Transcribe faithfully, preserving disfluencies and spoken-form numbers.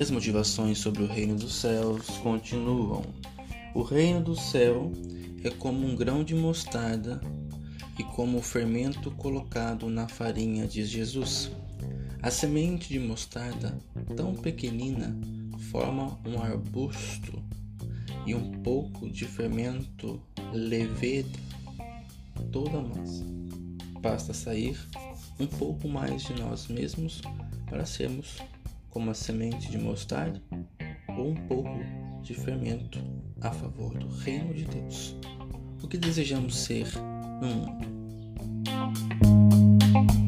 as motivações sobre o reino dos céus continuam. O reino do céu é como um grão de mostarda e como o fermento colocado na farinha, diz Jesus. A semente de mostarda, tão pequenina, forma um arbusto e um pouco de fermento leveda toda a massa. Basta sair um pouco mais de nós mesmos para sermos como a semente de mostarda ou um pouco de fermento a favor do reino de Deus. O que desejamos ser no mundo?